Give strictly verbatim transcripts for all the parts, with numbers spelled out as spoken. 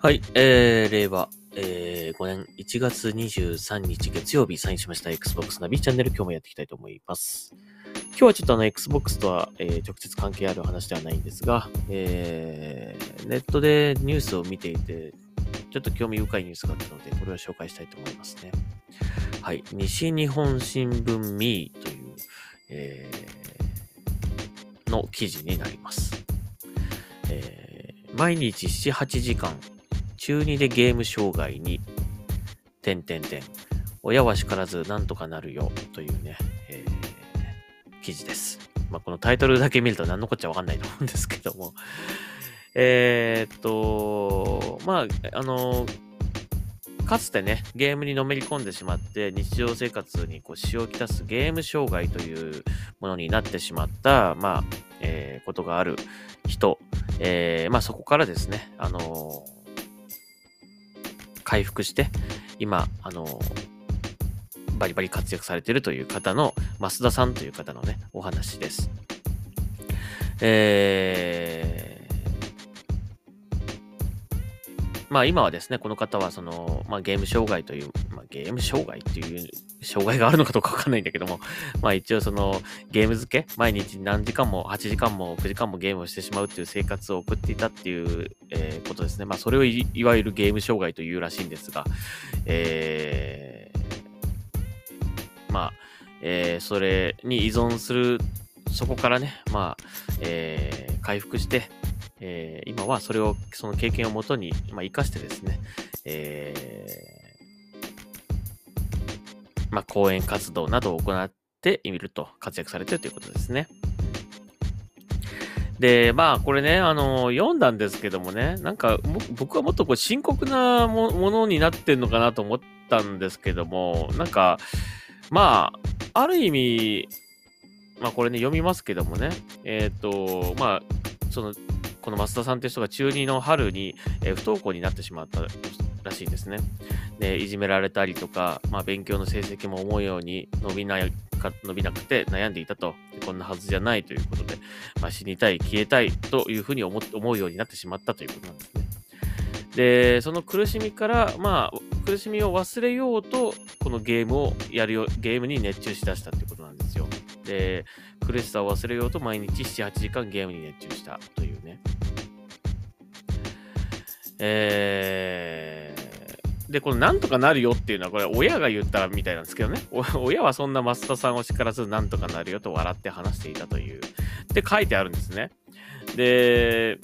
はい、えー、令和、えー、ごねんいちがつにじゅうさんにち月曜日サインしました Xbox ナビチャンネル、今日もやっていきたいと思います。今日はちょっとあの Xbox とは、えー、直接関係ある話ではないんですが、えー、ネットでニュースを見ていて、ちょっと興味深いニュースがあったので、これを紹介したいと思いますね。はい、西日本新聞ミーという、えー、の記事になります。えー、毎日なな、はちじかん、中にでゲーム障害に、点点点、親は叱らずなんとかなるよというね、えー、記事です。まあ、このタイトルだけ見ると何のこっちゃわかんないと思うんですけども、えーっと、まあ、あの、かつてね、ゲームにのめり込んでしまって、日常生活にこう支をきたすゲーム障害というものになってしまった、まあ、えー、ことがある人、えー、まあそこからですね、あのー回復して、今、あの、バリバリ活躍されているという方の、増田さんという方のね、お話です。えー、まあ今はですね、この方はその、まあゲーム障害という、まあゲーム障害っていう障害があるのかどうかわかんないんだけども、まあ一応そのゲーム付け、毎日何時間もはちじかんもくじかんもゲームをしてしまうっていう生活を送っていたっていう、えーことですね。まあそれを い, いわゆるゲーム障害というらしいんですが、えー、まあ、えー、それに依存する、そこからね、まあ、えー、回復して、えー、今はそれを、その経験をもとに、まあ、生かしてですね、えー、まあ、講演活動などを行ってみると活躍されているということですね。で、まあ、これね、あの、読んだんですけどもね、なんか、僕はもっとこう深刻なものになってんのかなと思ったんですけども、なんか、まあ、ある意味、まあこれね、読みますけどもね、えっと、まあ、その、この増田さんっていう人が中にの春に、えー不登校になってしまったらしいんですね。で、いじめられたりとか、まあ勉強の成績も思うように伸びないか、伸びなくて悩んでいたと。でこんなはずじゃないということで、まあ死にたい、消えたいというふうに思思うようになってしまったということなんですね。で、その苦しみから、まあ、苦しみを忘れようと、このゲームをやるよ、ゲームに熱中しだしたっていうことなんですよ。で、苦しさを忘れようと毎日なな、はちじかんゲームに熱中したというね。えー、で、このなんとかなるよっていうのは、これ親が言ったらみたいなんですけどね。親はそんな増田さんを叱らずなんとかなるよと笑って話していたという。って書いてあるんですね。で、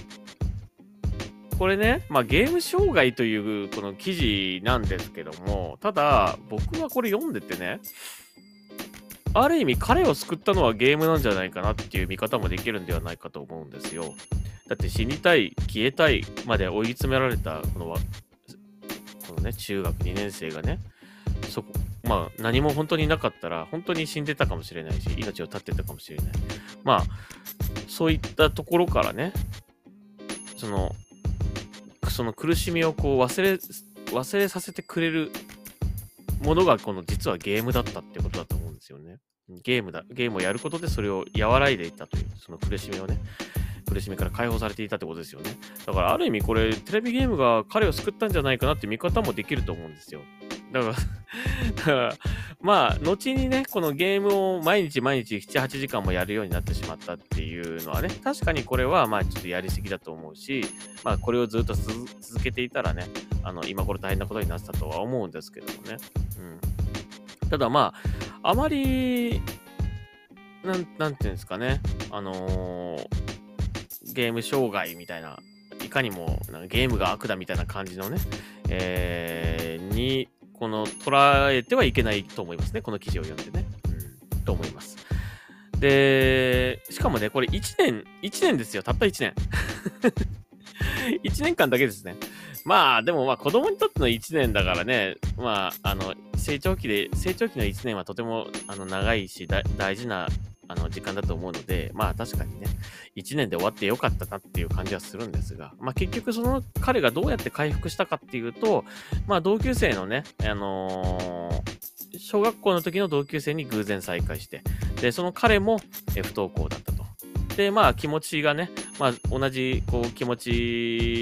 これね、まあゲーム障害というこの記事なんですけども、ただ僕はこれ読んでてね、ある意味彼を救ったのはゲームなんじゃないかなっていう見方もできるんではないかと思うんですよ。だって死にたい、消えたいまで追い詰められたこのわ、このね、中学にねん生がね、そこ、まあ何も本当になかったら本当に死んでたかもしれないし、命を絶ってたかもしれない。まあ、そういったところからね、その、その苦しみをこう忘れ、忘れさせてくれるものがこの実はゲームだったってことだと思うんですよね。ゲームだ、ゲームをやることでそれを和らいでいたという、その苦しみをね、苦しみから解放されていたってことですよね。だからある意味これ、テレビゲームが彼を救ったんじゃないかなって見方もできると思うんですよ。だから、だからまあ、後にね、このゲームを毎日毎日なな、はちじかんもやるようになってしまったっていうのはね、確かにこれはまあちょっとやりすぎだと思うし、まあこれをずっと続けていたらね、あの、今頃大変なことになってたとは思うんですけどもね。うん。ただまあ、あまり、なん、なんていうんですかね、あのーゲーム障害みたいな、いかにもなんかゲームが悪だみたいな感じのね、えー、に、この捉えてはいけないと思いますね。この記事を読んでね。うん、と思います。で、しかもね、これいちねん、いちねんですよ。たったいちねん。いちねんかんだけですね。まあ、でもまあ子供にとってのいちねんだからね、まあ、あの、成長期で、成長期のいちねんはとてもあの長いし、だ大事なあの時間だと思うので、まあ確かにね、いちねんで終わってよかったなっていう感じはするんですが、まあ結局その彼がどうやって回復したかっていうと、まあ同級生のね、あのー小学校の時の同級生に偶然再会して、で、その彼もえ不登校だったと。で、まあ気持ちがね、まあ同じこう気持ち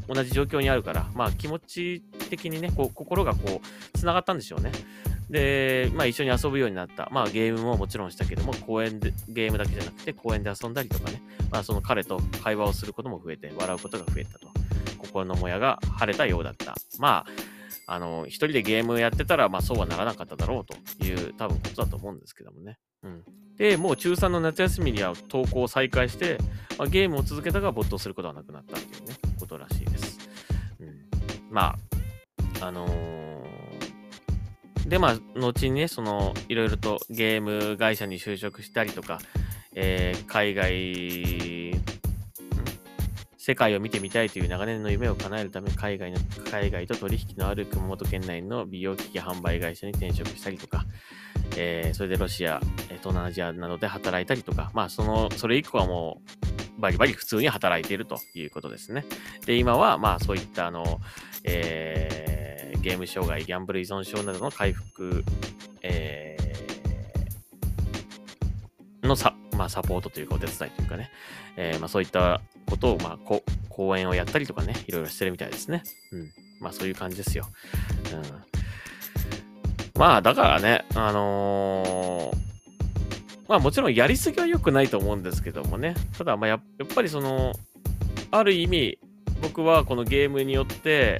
同じ状況にあるから、まあ気持ち的にね、こう心がこう、つながったんでしょうね。で、まあ一緒に遊ぶようになった。まあゲームももちろんしたけども、公園で、ゲームだけじゃなくて公園で遊んだりとかね、まあその彼と会話をすることも増えて、笑うことが増えたと。心のもやが晴れたようだった。まあ、あの、一人でゲームやってたら、まあそうはならなかっただろうという多分ことだと思うんですけどもね。うん。で、もう中さんの夏休みには登校を再開して、まあ、ゲームを続けたが没頭することはなくなったっていうね、ことらしいです。うん。まあ、あのー、で、まあ、後にね、その、いろいろとゲーム会社に就職したりとか、えー、海外、世界を見てみたいという長年の夢を叶えるため、海外の、海外と取引のある熊本県内の美容機器販売会社に転職したりとか、えー、それでロシア、東南アジアなどで働いたりとか、まあ、その、それ以降はもう、バリバリ普通に働いているということですね。で、今は、まあ、そういった、あの、えー、ゲーム障害、ギャンブル依存症などの回復、えー、のさ、まあ、サポートというか、お手伝いというかね、えー、まあ、そういったことを、まあ、こ講演をやったりとかね、いろいろしてるみたいですね。うん。まあ、そういう感じですよ。うん。まあ、だからね、あのー、まあ、もちろんやりすぎは良くないと思うんですけどもね。ただ、まあや、やっぱりその、ある意味、僕はこのゲームによって、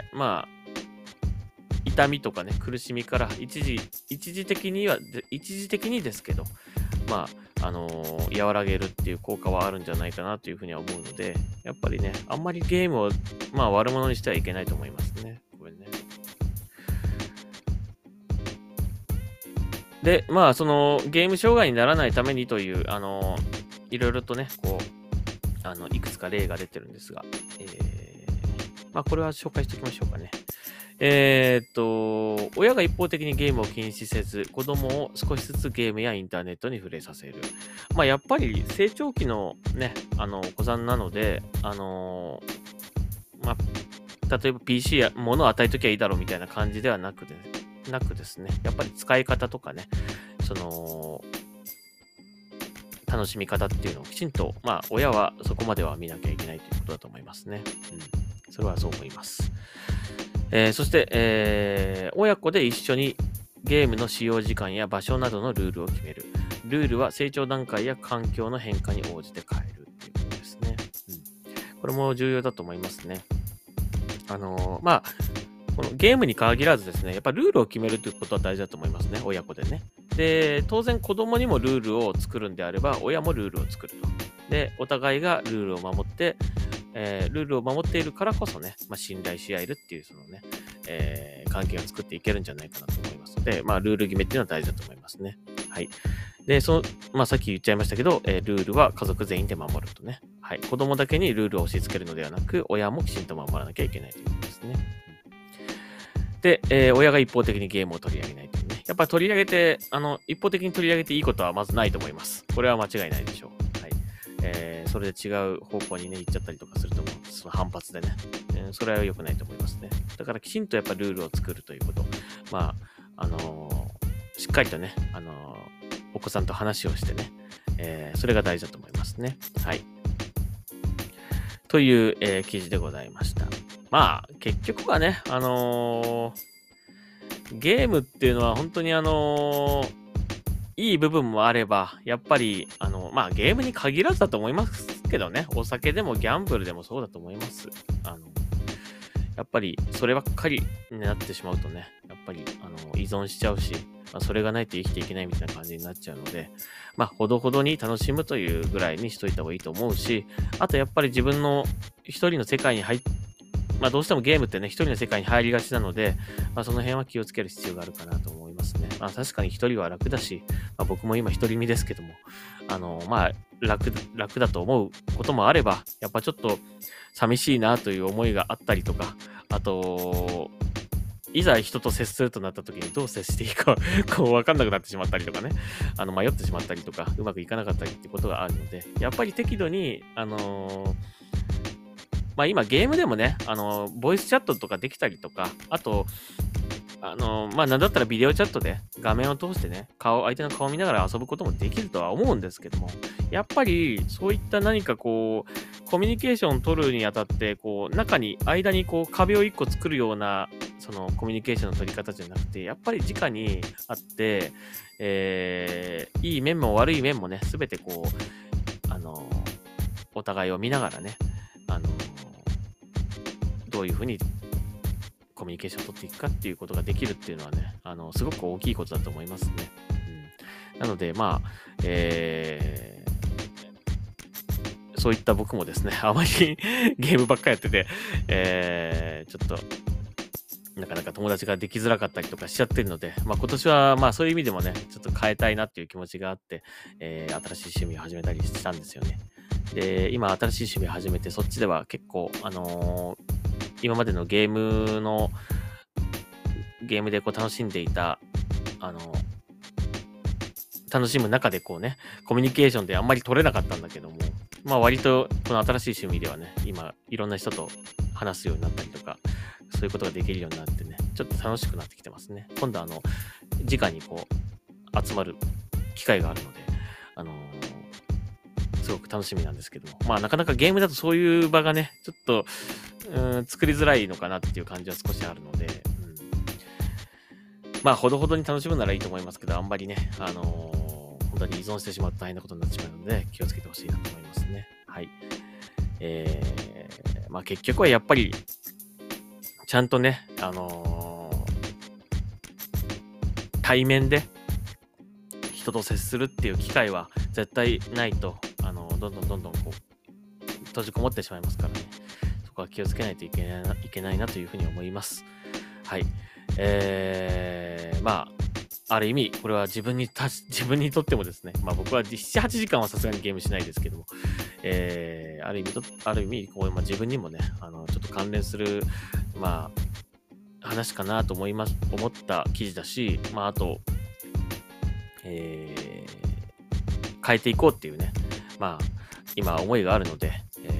まあ、痛みとかね、苦しみから一時、一時的には、一時的にですけど、まあ、あのー、和らげるっていう効果はあるんじゃないかなというふうには思うので、やっぱりね、あんまりゲームを、まあ、悪者にしてはいけないと思いますね。これね。で、まあ、その、ゲーム障害にならないためにという、あのー、いろいろとね、こう、あの、いくつか例が出てるんですが、えー、まあ、これは紹介しておきましょうかね。えー、っと、親が一方的にゲームを禁止せず、子供を少しずつゲームやインターネットに触れさせる。まあ、やっぱり成長期のね、あの、お子さんなので、あのー、まあ、例えば ピーシー や物を与えときゃいいだろうみたいな感じではなくて、なくですね、やっぱり使い方とかね、その、楽しみ方っていうのをきちんと、まあ、親はそこまでは見なきゃいけないということだと思いますね。うん。それはそう思います。えー、そして、えー、親子で一緒にゲームの使用時間や場所などのルールを決める。ルールは成長段階や環境の変化に応じて変えるっていうことですね。うん。これも重要だと思いますね。あのー、まあ、このゲームに限らずですね、やっぱルールを決めるということは大事だと思いますね、親子でね。で、当然子供にもルールを作るんであれば、親もルールを作ると。で、お互いがルールを守って、えー、ルールを守っているからこそね、まあ、信頼し合えるっていう、そのね、えー、関係を作っていけるんじゃないかなと思いますので、まあ、ルール決めっていうのは大事だと思いますね。はい。で、その、まあ、さっき言っちゃいましたけど、えー、ルールは家族全員で守るとね。はい。子供だけにルールを押し付けるのではなく、親もきちんと守らなきゃいけないということですね。で、えー、親が一方的にゲームを取り上げないというね。やっぱり取り上げて、あの、一方的に取り上げていいことはまずないと思います。これは間違いないでしょう。はい。えー、それで違う方向にね、行っちゃったりとかすると思うんです。その反発でね。えー、それは良くないと思いますね。だからきちんとやっぱルールを作るということ。まあ、あのー、しっかりとね、あのー、お子さんと話をしてね、えー、それが大事だと思いますね。はい。という、えー、記事でございました。まあ、結局はね、あのー、ゲームっていうのは本当にあのー、いい部分もあれば、やっぱり、あの、まあ、ゲームに限らずだと思いますけどね、お酒でもギャンブルでもそうだと思います。あの、やっぱり、そればっかりになってしまうとね、やっぱり、あの、依存しちゃうし、まあ、それがないと生きていけないみたいな感じになっちゃうので、まあ、ほどほどに楽しむというぐらいにしといた方がいいと思うし、あとやっぱり自分の一人の世界に入っまあどうしてもゲームってね、一人の世界に入りがちなので、まあその辺は気をつける必要があるかなと思いますね。まあ確かに一人は楽だし、まあ僕も今一人身ですけども、あの、まあ楽、楽だと思うこともあれば、やっぱちょっと寂しいなという思いがあったりとか、あと、いざ人と接するとなった時にどう接していいかこう分かんなくなってしまったりとかね、あの迷ってしまったりとか、うまくいかなかったりってことがあるので、やっぱり適度に、あのー、まあ今ゲームでもね、あの、ボイスチャットとかできたりとか、あと、 あの、まあ、なんだったらビデオチャットで画面を通してね、顔、相手の顔を見ながら遊ぶこともできるとは思うんですけども、やっぱりそういった何かこう、コミュニケーションを取るにあたって、こう、中に、間にこう壁を一個作るような、そのコミュニケーションの取り方じゃなくて、やっぱり直にあって、えー、いい面も悪い面もね、すべてこう、あの、お互いを見ながらね、あの、どういうふうにコミュニケーションを取っていくかっていうことができるっていうのはね、あの、すごく大きいことだと思いますね。うん、なので、まあ、えー、そういった僕もですね、あまりゲームばっかやってて、えー、ちょっと、なかなか友達ができづらかったりとかしちゃってるので、まあ今年はまあそういう意味でもね、ちょっと変えたいなっていう気持ちがあって、えー、新しい趣味を始めたりしたんですよね。で、今新しい趣味を始めて、そっちでは結構、あのー今までのゲームの、ゲームでこう楽しんでいた、あの、楽しむ中でこうね、コミュニケーションであんまり取れなかったんだけども、まあ割とこの新しい趣味ではね、今いろんな人と話すようになったりとか、そういうことができるようになってね、ちょっと楽しくなってきてますね。今度あの、直にこう、集まる機会があるので、あのー、すごく楽しみなんですけども、まあなかなかゲームだとそういう場がね、ちょっと、うん、作りづらいのかなっていう感じは少しあるので、うん、まあ、ほどほどに楽しむならいいと思いますけど、あんまりね、あのー、本当に依存してしまうと大変なことになってしまうので、気をつけてほしいなと思いますね。はい。えー、まあ結局はやっぱり、ちゃんとね、あのー、対面で人と接するっていう機会は絶対ないと、あのー、どんどんどんどんこう、閉じこもってしまいますからね。そこは気をつけないといけないな、いけないなというふうに思います。はい。えー、まあ、ある意味、これは自分にたし、自分にとってもですね、まあ僕はなな、はちじかんはさすがにゲームしないですけども、えー、ある意味と、ある意味、こう、まあ、自分にもね、あの、ちょっと関連する、まあ、話かなと思います、思った記事だし、まあ、あと、えー、変えていこうっていうね、まあ、今思いがあるので、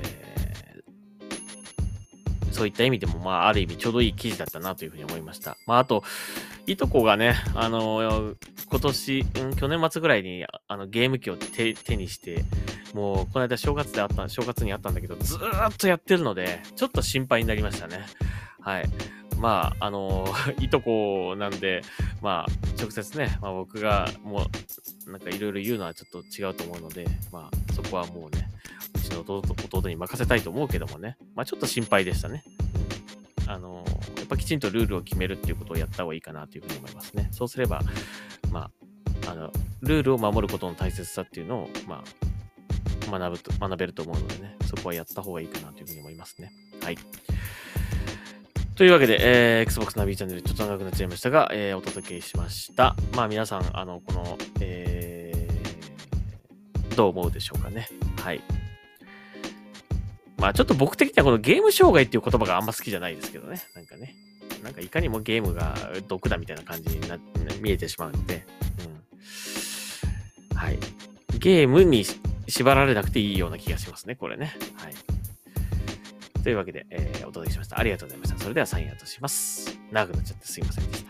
そういった意味でも、まあ、ある意味ちょうどいい記事だったなというふうに思いました。まあ、あと、いとこがね、あの、今年、うん、去年末ぐらいに、あの、ゲーム機を手手にして、もう、この間正月であった、正月にあったんだけど、ずーっとやってるので、ちょっと心配になりましたね。はい。まあ、あの、いとこなんで、まあ、直接ね、まあ僕がもう、なんかいろいろ言うのはちょっと違うと思うので、まあ、そこはもうね、うちの弟、弟に任せたいと思うけどもね、まあちょっと心配でしたね。うん、あの、やっぱきちんとルールを決めるっていうことをやった方がいいかなというふうに思いますね。そうすれば、まあ、あの、ルールを守ることの大切さっていうのを、まあ、学ぶと、学べると思うのでね、そこはやった方がいいかなというふうに思いますね。はい。というわけで、えー、Xbox ナビチャンネルちょっと長くなっちゃいましたが、えー、お届けしました。まあ皆さん、あの、この、えー、どう思うでしょうかね。はい。まあちょっと僕的にはこのゲーム障害っていう言葉があんま好きじゃないですけどね。なんかね。なんかいかにもゲームが毒だみたいな感じにな見えてしまうので、うん。はい。ゲームに縛られなくていいような気がしますね、これね。はい。というわけで、えー、お届けしました。ありがとうございました。それではサインアウトします。長くなっちゃってすいませんでした。